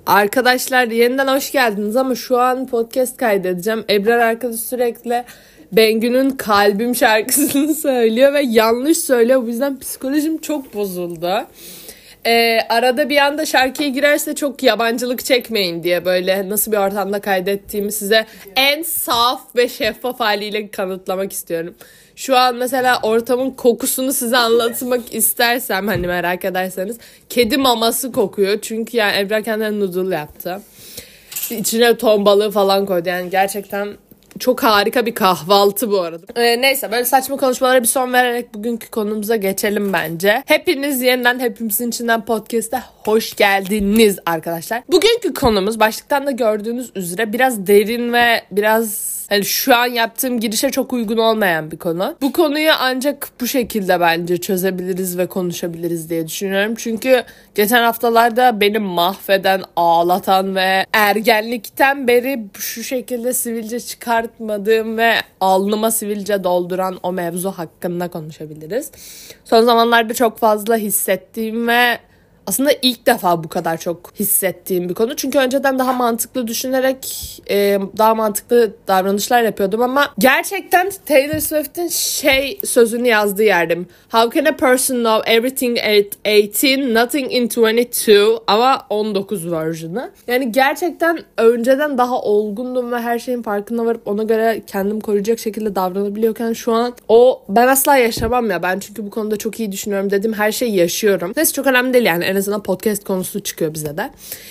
Arkadaşlar yeniden hoş geldiniz ama şu an podcast kaydedeceğim. Ebrar arkadaş sürekli Bengü'nün Kalbim şarkısını söylüyor ve yanlış söylüyor. Bu yüzden psikolojim çok bozuldu. Arada bir anda şarkıya girerse çok yabancılık çekmeyin diye böyle nasıl bir ortamda kaydettiğimi size en saf ve şeffaf haliyle kanıtlamak istiyorum. Şu an mesela ortamın kokusunu size anlatmak istersem hani merak ederseniz kedi maması kokuyor. Çünkü yani Ebrar kendine noodle yaptı. İçine ton balığı falan koydu. Yani gerçekten çok harika bir kahvaltı bu arada. Neyse böyle saçma konuşmalara bir son vererek bugünkü konumuza geçelim bence. Hepiniz yeniden hepimizin içinden podcast'e hoş geldiniz arkadaşlar. Bugünkü konumuz başlıktan da gördüğünüz üzere biraz derin ve biraz hani şu an yaptığım girişe çok uygun olmayan bir konu. Bu konuyu ancak bu şekilde bence çözebiliriz ve konuşabiliriz diye düşünüyorum. Çünkü geçen haftalarda beni mahveden, ağlatan ve ergenlikten beri şu şekilde sivilce çıkartmadığım ve alnıma sivilce dolduran o mevzu hakkında konuşabiliriz. Son zamanlarda çok fazla hissettiğim ve aslında ilk defa bu kadar çok hissettiğim bir konu. Çünkü önceden daha mantıklı düşünerek daha mantıklı davranışlar yapıyordum ama gerçekten Taylor Swift'in sözünü yazdığı yerdim. How can a person know everything at 18, nothing in 22 ama 19 versiyonu. Yani gerçekten önceden daha olgundum ve her şeyin farkına varıp ona göre kendim koruyacak şekilde davranabiliyorken şu an ben asla yaşamam ya. Ben çünkü bu konuda çok iyi düşünüyorum dedim. Her şeyi yaşıyorum. Neyse çok önemli değil yani. En azından podcast konusu çıkıyor bize de.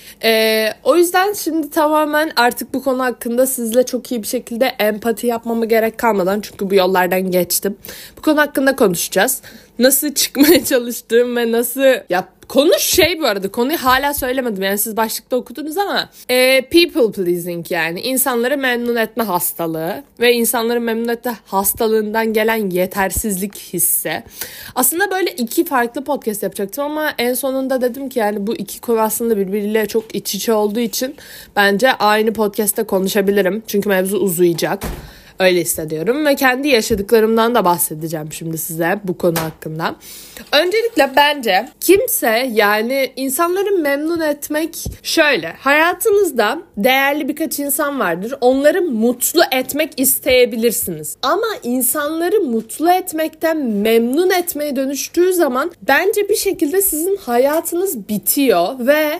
O yüzden şimdi tamamen artık bu konu hakkında sizle çok iyi bir şekilde empati yapmama gerek kalmadan çünkü bu yollardan geçtim. Bu konu hakkında konuşacağız. Nasıl çıkmaya çalıştığım ve nasıl... Konu bu arada konuyu hala söylemedim yani siz başlıkta okudunuz ama people pleasing yani insanları memnun etme hastalığı ve insanları memnun etme hastalığından gelen yetersizlik hissi. Aslında böyle iki farklı podcast yapacaktım ama en sonunda dedim ki yani bu iki konu aslında birbiriyle çok iç içe olduğu için bence aynı podcast'te konuşabilirim çünkü mevzu uzayacak. Öyle hissediyorum ve kendi yaşadıklarımdan da bahsedeceğim şimdi size bu konu hakkında. Öncelikle bence kimse yani insanları memnun etmek şöyle. Hayatınızda değerli birkaç insan vardır. Onları mutlu etmek isteyebilirsiniz. Ama insanları mutlu etmekten memnun etmeye dönüştüğü zaman bence bir şekilde sizin hayatınız bitiyor ve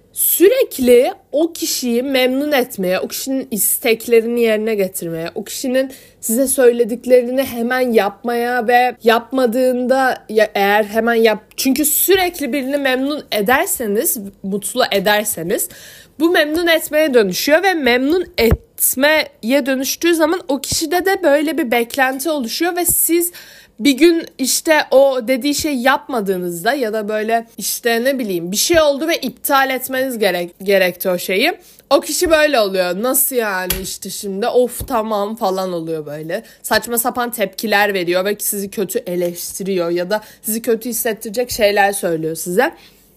sürekli o kişiyi memnun etmeye, o kişinin isteklerini yerine getirmeye, o kişinin size söylediklerini hemen yapmaya ve yapmadığında eğer hemen çünkü sürekli birini memnun ederseniz, mutlu ederseniz bu memnun etmeye dönüşüyor ve memnun etmeye dönüştüğü zaman o kişide de böyle bir beklenti oluşuyor ve siz bir gün işte o dediği şey yapmadığınızda ya da böyle işte ne bileyim bir şey oldu ve iptal etmeniz gerekti o şeyi. O kişi böyle oluyor. Nasıl yani işte şimdi of tamam falan oluyor böyle. Saçma sapan tepkiler veriyor ve sizi kötü eleştiriyor ya da sizi kötü hissettirecek şeyler söylüyor size.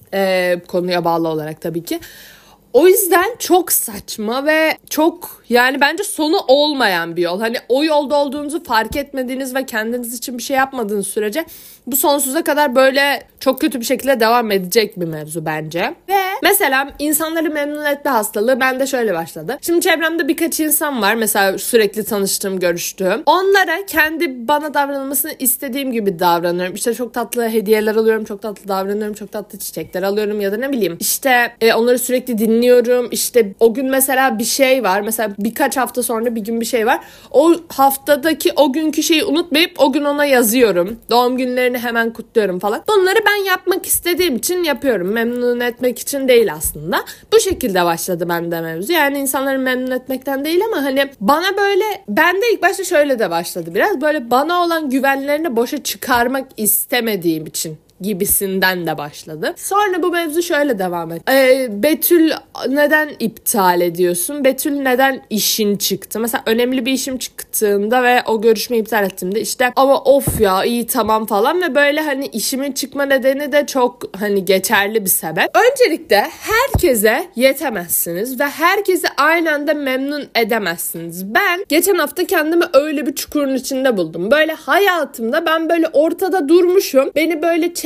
Konuya bağlı olarak tabii ki. O yüzden çok saçma ve çok yani bence sonu olmayan bir yol. Hani o yolda olduğunuzu fark etmediğiniz ve kendiniz için bir şey yapmadığınız sürece bu sonsuza kadar böyle çok kötü bir şekilde devam edecek bir mevzu bence. Ve mesela insanları memnun etme hastalığı bende şöyle başladı. Şimdi çevremde birkaç insan var. Mesela sürekli tanıştığım, görüştüğüm. Onlara kendi bana davranılmasını istediğim gibi davranıyorum. İşte çok tatlı hediyeler alıyorum, çok tatlı davranıyorum, çok tatlı çiçekler alıyorum ya da ne bileyim. İşte onları sürekli dinliyorum. İşte o gün mesela bir şey var. Mesela birkaç hafta sonra bir gün bir şey var. O haftadaki o günkü şeyi unutmayıp o gün ona yazıyorum. Doğum günlerini hemen kutluyorum falan. Bunları ben yapmak istediğim için yapıyorum. Memnun etmek için değil aslında. Bu şekilde başladı bende mevzu. Yani insanları memnun etmekten değil ama hani bana böyle bende ilk başta şöyle de başladı biraz. Böyle bana olan güvenlerini boşa çıkarmak istemediğim için gibisinden de başladı. Sonra bu mevzu şöyle devam etti. Betül neden iptal ediyorsun? Betül neden işin çıktı? Mesela önemli bir işim çıktığında ve o görüşmeyi iptal ettiğimde işte ama of ya iyi tamam falan ve böyle hani işimin çıkma nedeni de çok hani geçerli bir sebep. Öncelikle herkese yetemezsiniz ve herkesi aynı anda memnun edemezsiniz. Ben geçen hafta kendimi öyle bir çukurun içinde buldum. Böyle hayatımda ben böyle ortada durmuşum. Beni böyle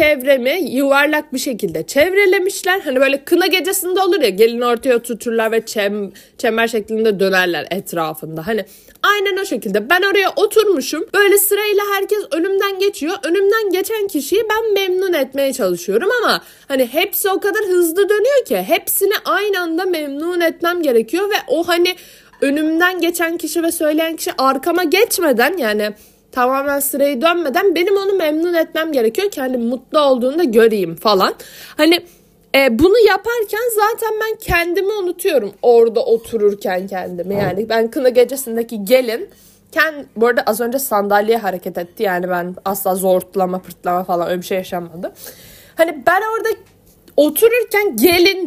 çevremi yuvarlak bir şekilde çevrelemişler. Hani böyle kına gecesinde olur ya, gelini ortaya oturturlar ve çember şeklinde dönerler etrafında. Hani aynen o şekilde ben oraya oturmuşum. Böyle sırayla herkes önümden geçiyor. Önümden geçen kişiyi ben memnun etmeye çalışıyorum ama hani hepsi o kadar hızlı dönüyor ki hepsini aynı anda memnun etmem gerekiyor ve o hani önümden geçen kişi ve söyleyen kişi arkama geçmeden, yani tamamen sırayı dönmeden benim onu memnun etmem gerekiyor ki hani mutlu olduğunu göreyim falan. Hani bunu yaparken zaten ben kendimi unutuyorum orada otururken kendimi. Yani ben kına gecesindeki gelin, bu arada az önce sandalye hareket etti, yani ben asla zortlama pırtlama falan öyle bir şey yaşanmadı. Hani ben orada otururken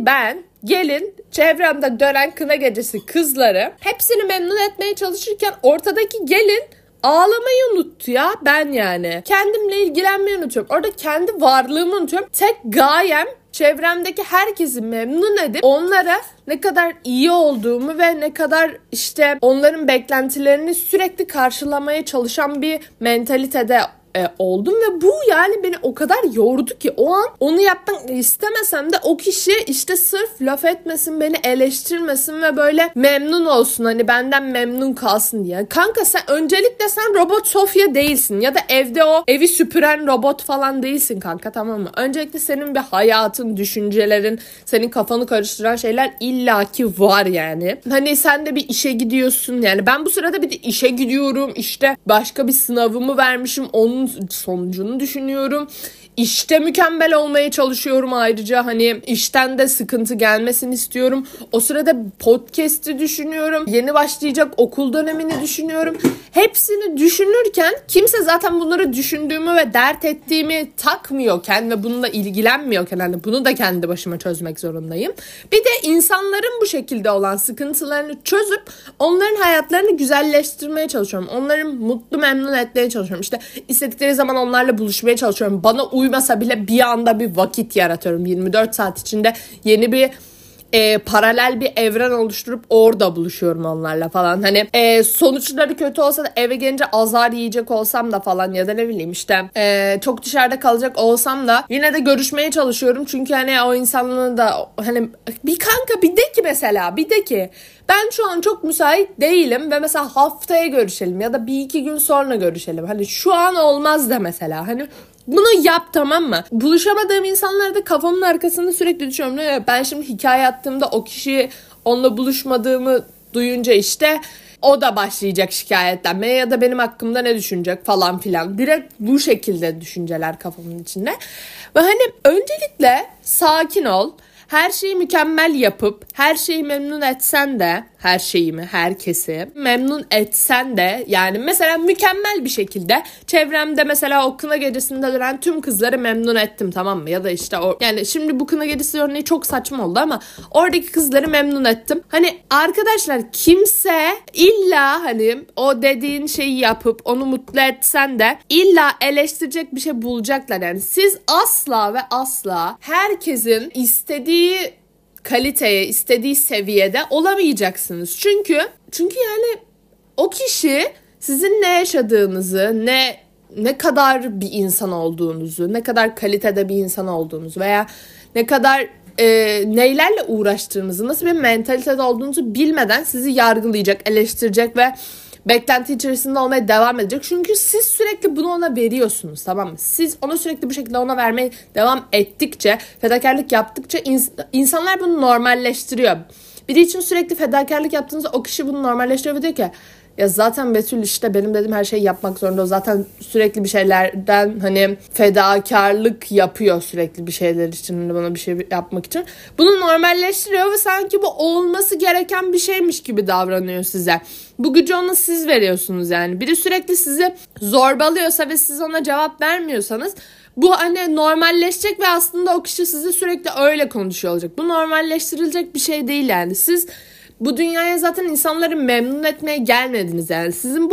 gelin çevremde dönen kına gecesi kızları hepsini memnun etmeye çalışırken ortadaki gelin ağlamayı unuttu ya, ben yani. Kendimle ilgilenmeyi unutuyorum. Orada kendi varlığımı unutuyorum. Tek gayem çevremdeki herkesi memnun edip onlara ne kadar iyi olduğumu ve ne kadar işte onların beklentilerini sürekli karşılamaya çalışan bir mentalitede oldum ve bu yani beni o kadar yordu ki o an onu yapmak istemesem de o kişi işte sırf laf etmesin, beni eleştirmesin ve böyle memnun olsun, hani benden memnun kalsın diye. Kanka öncelikle sen robot Sofya değilsin ya da evde o evi süpüren robot falan değilsin kanka, tamam mı? Öncelikle senin bir hayatın, düşüncelerin, senin kafanı karıştıran şeyler illaki var yani. Hani sen de bir işe gidiyorsun, yani ben bu sırada bir de işe gidiyorum, işte başka bir sınavımı vermişim, onun sonucunu düşünüyorum. İşte mükemmel olmaya çalışıyorum ayrıca, hani işten de sıkıntı gelmesini istiyorum. O sırada podcast'i düşünüyorum. Yeni başlayacak okul dönemini düşünüyorum. Hepsini düşünürken kimse zaten bunları düşündüğümü ve dert ettiğimi takmıyorken ve bununla ilgilenmiyorken hani bunu da kendi başıma çözmek zorundayım. Bir de insanların bu şekilde olan sıkıntılarını çözüp onların hayatlarını güzelleştirmeye çalışıyorum. Onları mutlu, memnun etmeye çalışıyorum. İşte istedikleri zaman onlarla buluşmaya çalışıyorum. Bana uymasa bile bir anda bir vakit yaratıyorum. 24 saat içinde yeni bir paralel bir evren oluşturup orada buluşuyorum onlarla falan. Hani sonuçları kötü olsa da eve gelince azar yiyecek olsam da falan ya da ne bileyim işte çok dışarıda kalacak olsam da yine de görüşmeye çalışıyorum. Çünkü hani o insanla da hani bir kanka bir de ki ben şu an çok müsait değilim ve mesela haftaya görüşelim ya da bir iki gün sonra görüşelim. Hani şu an olmaz da mesela hani bunu yap, tamam mı? Buluşamadığım insanları da kafamın arkasında sürekli düşünüyorum. Ben şimdi hikaye attığımda o kişi onunla buluşmadığımı duyunca işte o da başlayacak şikayetlenmeye ya da benim hakkımda ne düşünecek falan filan. Direkt bu şekilde düşünceler kafamın içinde. Ve hani öncelikle sakin ol. Her şeyi mükemmel yapıp her şeyi memnun etsen de, herkesi memnun etsen de, yani mesela mükemmel bir şekilde çevremde mesela o kına gecesinde dönen tüm kızları memnun ettim, tamam mı? Ya da işte o, yani şimdi bu kına gecesi örneği çok saçma oldu ama oradaki kızları memnun ettim. Hani arkadaşlar kimse illa hani o dediğin şeyi yapıp onu mutlu etsen de illa eleştirecek bir şey bulacaklar. Yani siz asla ve asla herkesin istediği kaliteye, istediği seviyede olamayacaksınız. Çünkü yani o kişi sizin ne yaşadığınızı, ne kadar bir insan olduğunuzu, ne kadar kalitede bir insan olduğunuzu veya ne kadar neylerle uğraştığınızı, nasıl bir mentalitede olduğunuzu bilmeden sizi yargılayacak, eleştirecek ve beklenti içerisinde olmaya devam edecek. Çünkü siz sürekli bunu ona veriyorsunuz, tamam mı? Siz ona sürekli bu şekilde ona vermeye devam ettikçe, fedakarlık yaptıkça insanlar bunu normalleştiriyor. Biri için sürekli fedakarlık yaptığınızda o kişi bunu normalleştiriyor ve diyor ki ya zaten Betül işte benim dediğim her şeyi yapmak zorunda. O zaten sürekli bir şeylerden hani fedakarlık yapıyor sürekli bir şeyler için, hani bana bir şey yapmak için. Bunu normalleştiriyor ve sanki bu olması gereken bir şeymiş gibi davranıyor size. Bu gücü ona siz veriyorsunuz yani. Biri sürekli sizi zorbalıyorsa ve siz ona cevap vermiyorsanız bu hani normalleşecek ve aslında o kişi size sürekli öyle konuşuyor olacak. Bu normalleştirilecek bir şey değil yani. Siz bu dünyaya zaten insanları memnun etmeye gelmediniz yani. Sizin bu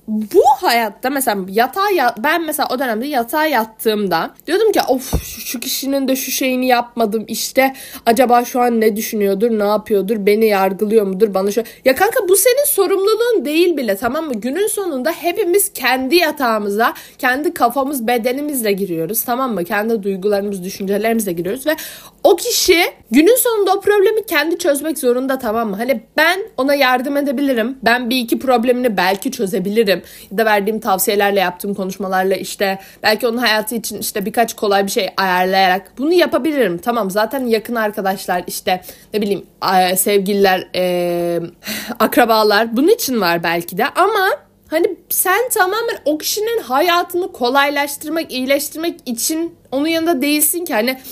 bu hayatta mesela ben mesela o dönemde yatağa yattığımda diyordum ki of şu kişinin de şu şeyini yapmadım, işte acaba şu an ne düşünüyordur, ne yapıyordur, beni yargılıyor mudur, bana şu... Ya kanka bu senin sorumluluğun değil bile, tamam mı? Günün sonunda hepimiz kendi yatağımıza, kendi kafamız, bedenimizle giriyoruz, tamam mı? Kendi duygularımız, düşüncelerimizle giriyoruz ve o kişi günün sonunda o problemi kendi çözmek zorunda, tamam mı? Hani ben ona yardım edebilirim. Ben bir iki problemini belki çözebilirim. Ya da verdiğim tavsiyelerle, yaptığım konuşmalarla, işte belki onun hayatı için işte birkaç kolay bir şey ayarlayarak bunu yapabilirim. Tamam, zaten yakın arkadaşlar, işte ne bileyim sevgililer, akrabalar bunun için var belki de, ama hani sen tamamen o kişinin hayatını kolaylaştırmak, iyileştirmek için onun yanında değilsin ki. Hani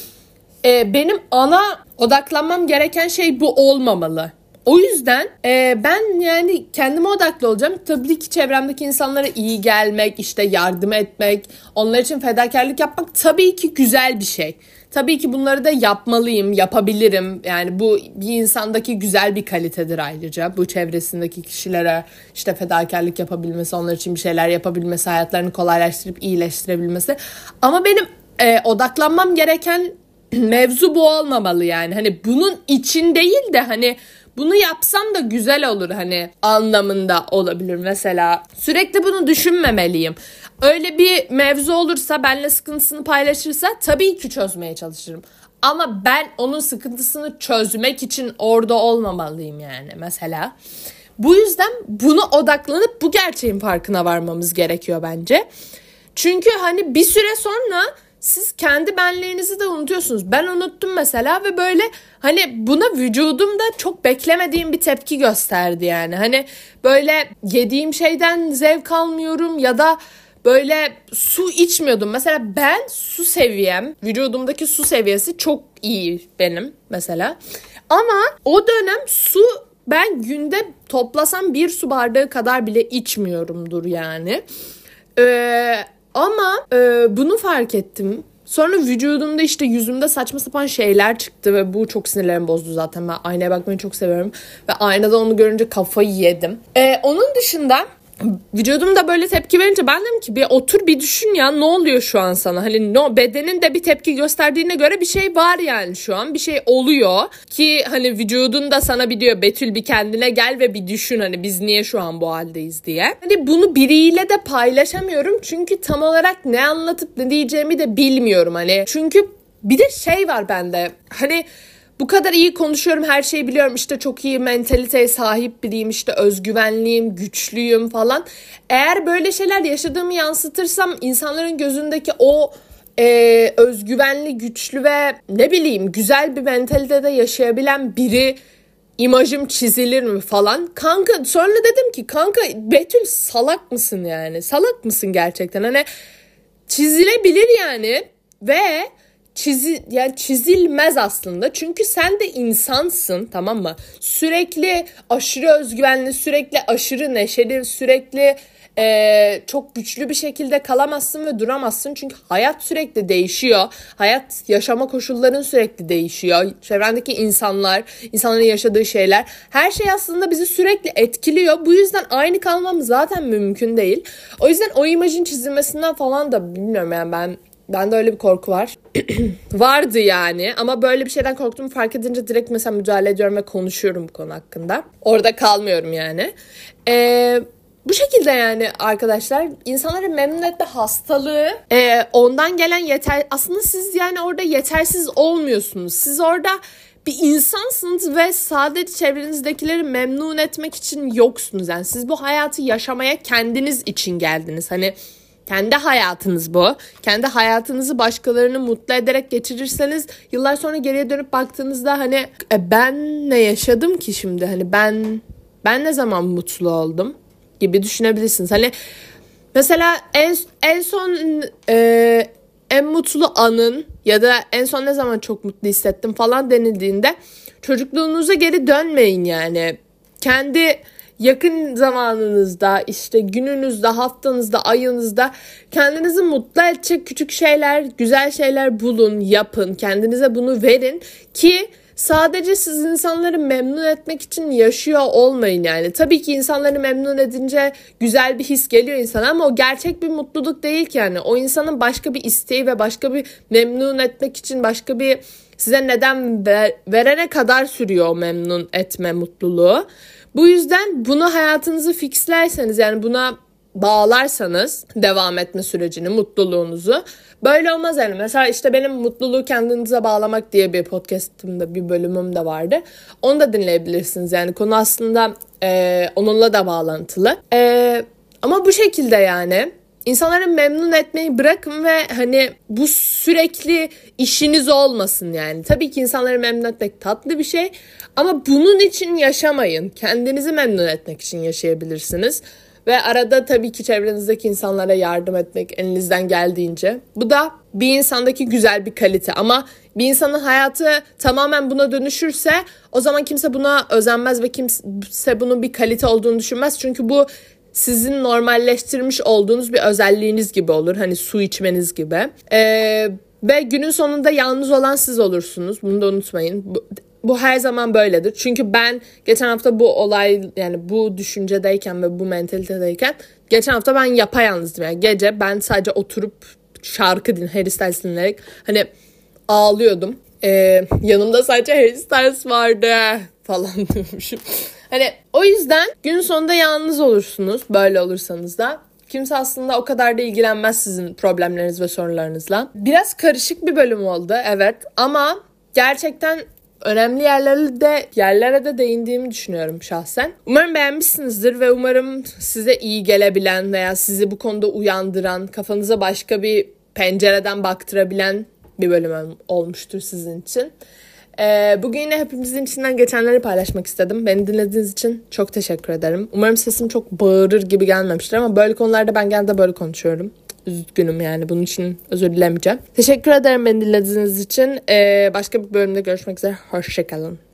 benim ana odaklanmam gereken şey bu olmamalı. O yüzden ben yani kendime odaklı olacağım. Tabii ki çevremdeki insanlara iyi gelmek, işte yardım etmek, onlar için fedakarlık yapmak tabii ki güzel bir şey. Tabii ki bunları da yapmalıyım, yapabilirim. Yani bu bir insandaki güzel bir kalitedir ayrıca. Bu çevresindeki kişilere işte fedakarlık yapabilmesi, onlar için bir şeyler yapabilmesi, hayatlarını kolaylaştırıp iyileştirebilmesi. Ama benim odaklanmam gereken mevzu bu olmamalı yani. Hani bunun için değil de hani bunu yapsam da güzel olur hani anlamında olabilir mesela. Sürekli bunu düşünmemeliyim. Öyle bir mevzu olursa, benimle sıkıntısını paylaşırsa tabii ki çözmeye çalışırım. Ama ben onun sıkıntısını çözmek için orada olmamalıyım yani mesela. Bu yüzden buna odaklanıp bu gerçeğin farkına varmamız gerekiyor bence. Çünkü hani bir süre sonra siz kendi benliğinizi de unutuyorsunuz. Ben unuttum mesela ve böyle hani buna vücudumda çok beklemediğim bir tepki gösterdi yani. Hani böyle yediğim şeyden zevk almıyorum ya da böyle su içmiyordum. Mesela ben su seviyem, vücudumdaki su seviyesi çok iyi benim mesela. Ama o dönem su ben günde toplasam 1 su bardağı kadar bile içmiyorumdur yani. Ama bunu fark ettim. Sonra vücudumda işte yüzümde saçma sapan şeyler çıktı ve bu çok sinirlerimi bozdu zaten. Ben aynaya bakmayı çok seviyorum ve aynada onu görünce kafayı yedim. Onun dışında vücudumda böyle tepki verince ben dedim ki bir otur bir düşün ya, ne oluyor şu an sana? Hani bedenin de bir tepki gösterdiğine göre bir şey var yani, şu an bir şey oluyor ki hani vücudun da sana bir diyor Betül bir kendine gel ve bir düşün hani biz niye şu an bu haldeyiz diye. Hani bunu biriyle de paylaşamıyorum çünkü tam olarak ne anlatıp ne diyeceğimi de bilmiyorum hani. Çünkü bir de şey var bende, hani bu kadar iyi konuşuyorum, her şeyi biliyorum, işte çok iyi mentaliteye sahip biriyim, işte özgüvenliyim, güçlüyüm falan. Eğer böyle şeyler yaşadığımı yansıtırsam insanların gözündeki o özgüvenli, güçlü ve ne bileyim güzel bir mentalitede yaşayabilen biri imajım çizilir mi falan. Kanka sonra dedim ki kanka Betül salak mısın yani? Salak mısın gerçekten? Hani çizilebilir yani ve yani çizilmez aslında. Çünkü sen de insansın, tamam mı? Sürekli aşırı özgüvenli, sürekli aşırı neşeli, sürekli çok güçlü bir şekilde kalamazsın ve duramazsın. Çünkü hayat sürekli değişiyor. Hayat, yaşama koşulların sürekli değişiyor. Çevrendeki insanların yaşadığı şeyler. Her şey aslında bizi sürekli etkiliyor. Bu yüzden aynı kalmamız zaten mümkün değil. O yüzden o imajın çizilmesinden falan da bilmiyorum yani bende öyle bir korku var. Vardı yani ama böyle bir şeyden korktuğumu fark edince direkt mesela müdahale ediyorum ve konuşuyorum bu konu hakkında. Orada kalmıyorum yani. Bu şekilde yani arkadaşlar, insanları memnun etme hastalığı ondan gelen yeter. Aslında siz yani orada yetersiz olmuyorsunuz. Siz orada bir insansınız ve sadece çevrenizdekileri memnun etmek için yoksunuz. Yani siz bu hayatı yaşamaya kendiniz için geldiniz. Hani kendi hayatınız bu. Kendi hayatınızı başkalarını mutlu ederek geçirirseniz yıllar sonra geriye dönüp baktığınızda hani ben ne yaşadım ki şimdi? Hani ben ne zaman mutlu oldum gibi düşünebilirsiniz. Hani mesela en son en mutlu anın ya da en son ne zaman çok mutlu hissettim falan denildiğinde çocukluğunuza geri dönmeyin yani. Kendi yakın zamanınızda, işte gününüzde, haftanızda, ayınızda kendinizi mutlu edecek küçük şeyler, güzel şeyler bulun, yapın. Kendinize bunu verin ki sadece siz insanları memnun etmek için yaşıyor olmayın yani. Tabii ki insanları memnun edince güzel bir his geliyor insana ama o gerçek bir mutluluk değil ki yani. O insanın başka bir isteği ve başka bir memnun etmek için başka bir size neden verene kadar sürüyor o memnun etme mutluluğu. Bu yüzden bunu hayatınızı fixlerseniz yani buna bağlarsanız devam etme sürecini, mutluluğunuzu böyle olmaz yani. Mesela işte benim mutluluğu kendinize bağlamak diye bir podcastımda bir bölümüm de vardı. Onu da dinleyebilirsiniz yani konu aslında onunla da bağlantılı. Ama bu şekilde yani İnsanları memnun etmeyi bırakın ve hani bu sürekli işiniz olmasın yani. Tabii ki insanları memnun etmek tatlı bir şey ama bunun için yaşamayın. Kendinizi memnun etmek için yaşayabilirsiniz. Ve arada tabii ki çevrenizdeki insanlara yardım etmek elinizden geldiğince. Bu da bir insandaki güzel bir kalite ama bir insanın hayatı tamamen buna dönüşürse o zaman kimse buna özenmez ve kimse bunun bir kalite olduğunu düşünmez. Çünkü bu sizin normalleştirmiş olduğunuz bir özelliğiniz gibi olur. Hani su içmeniz gibi. Ve günün sonunda yalnız olan siz olursunuz. Bunu da unutmayın. Bu her zaman böyledir. Çünkü ben geçen hafta bu olay yani bu düşüncedeyken ve bu mentalitedeyken geçen hafta ben yapayalnızdım. Yani gece ben sadece oturup şarkı Harry Styles dinleyerek hani ağlıyordum. Yanımda sadece Harry Styles vardı falan diyormuşum. Hani o yüzden gün sonunda yalnız olursunuz böyle olursanız da. Kimse aslında o kadar da ilgilenmez sizin problemleriniz ve sorunlarınızla. Biraz karışık bir bölüm oldu evet ama gerçekten önemli yerlere de değindiğimi düşünüyorum şahsen. Umarım beğenmişsinizdir ve umarım size iyi gelebilen veya sizi bu konuda uyandıran, kafanıza başka bir pencereden baktırabilen bir bölüm olmuştur sizin için. Bugün yine hepimizin içinden geçenleri paylaşmak istedim. Beni dinlediğiniz için çok teşekkür ederim. Umarım sesim çok bağırır gibi gelmemiştir ama böyle konularda ben genelde böyle konuşuyorum. Üzgünüm yani bunun için özür dilemeyeceğim. Teşekkür ederim beni dinlediğiniz için. Başka bir bölümde görüşmek üzere. Hoşça kalın.